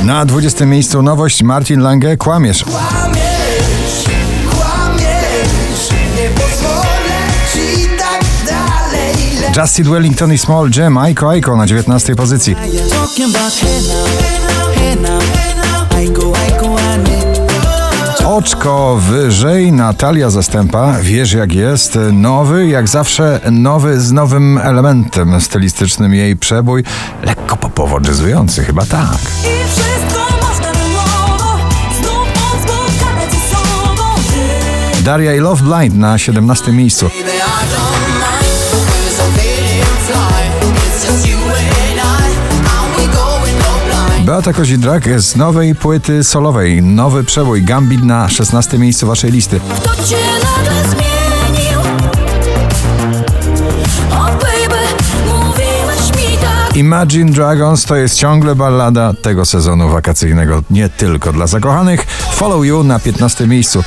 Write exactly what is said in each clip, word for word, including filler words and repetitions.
Na dwudziestym miejscu nowość Martin Lange, Kłamiesz. Kłamiesz, kłamiesz, nie pozwolę ci tak dalej. Justin Wellington i Small Jam, Aiko Aiko na dziewiętnastej pozycji. Oczko wyżej, Natalia Zastępa, Wiesz jak jest, nowy, jak zawsze nowy z nowym elementem stylistycznym, jej przebój, lekko popowo jazzujący, chyba tak. I wszystko można było znów spotkać ze sobą. Daria i Love Blind na siedemnastym miejscu. Beata Kozidrak z nowej płyty solowej, nowy przebój, Gambit na szesnastym miejscu waszej listy. Kto cię nagle zmienił? O baby, mówiłeś mi tak. Imagine Dragons to jest ciągle ballada tego sezonu wakacyjnego, nie tylko dla zakochanych. Follow You na piętnastym miejscu.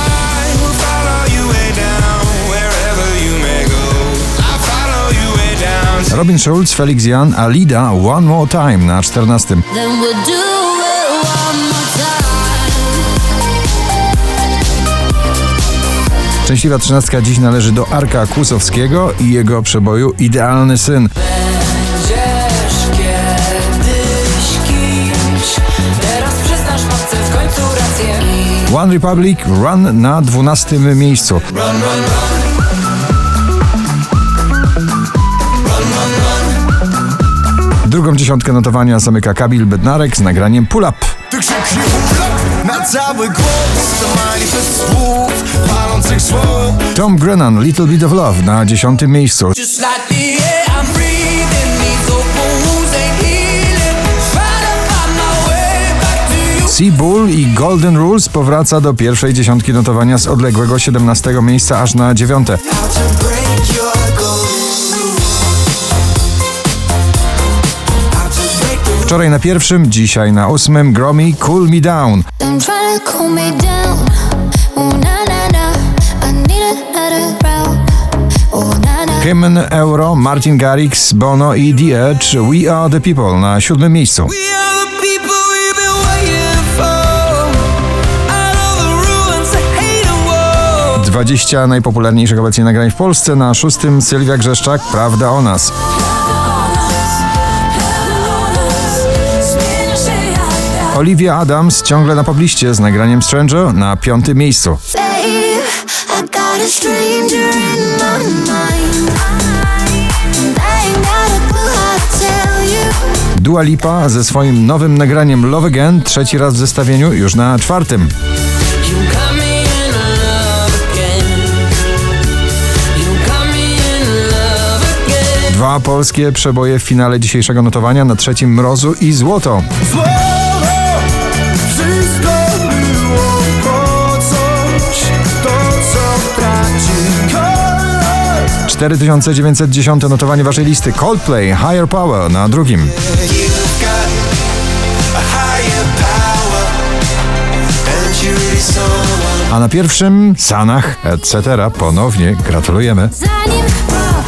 Robin Schulz, Felix Jan, Alida, One More Time na czternastym. Then we'll do it one more time. Szczęśliwa trzynastka dziś należy do Arka Kłusowskiego i jego przeboju Idealny syn. Będziesz kiedyś kimś, teraz przyznasz matce w końcu rację. One Republic, Run na dwunastym miejscu. Run, run, run. Drugą dziesiątkę notowania zamyka Kamil Bednarek z nagraniem Pull Up. Ty krzyknij na cały głos, to manifest słów, palących słów. Tom Grennan, Little Bit of Love na dziesiątym miejscu. Just like the air I'm breathing, these open wounds ain't healing. Try to find my way back to you. Sea Bull i Golden Rules powraca do pierwszej dziesiątki notowania z odległego siedemnastego miejsca aż na dziewiąte. How to break your golden rules. How to break the Wczoraj na pierwszym, dzisiaj na ósmym, Gromi, Cool Me Down. Don't try to cool me down. Oh na na na, I need another route. Oh na na. Hymn Euro, Martin Garrix, Bono i The Edge, We Are The People na siódmym miejscu. We are the people we've been waiting for. Out of the ruins of hate and war. dwadzieścia najpopularniejszych obecnie nagrań w Polsce. Na szóstym Sylwia Grzeszczak, Prawda o nas. Olivia Adams ciągle na pobliście z nagraniem Stranger na piątym miejscu. Babe, I got a stranger in my mind. I ain't got a clue how to tell you. Dua Lipa ze swoim nowym nagraniem Love Again, trzeci raz w zestawieniu, już na czwartym. You got me in love again. You got me in love again. Dwa polskie przeboje w finale dzisiejszego notowania, na trzecim Mrozu i Złoto. Zło, wszystko było po coś, to co traci kolor. cztery tysiące dziewięćset dziesiąte notowanie waszej listy. Coldplay, Higher Power na drugim. You've got a higher power, and you really someone. A na pierwszym Sanach, et cetera. Ponownie gratulujemy. Zanim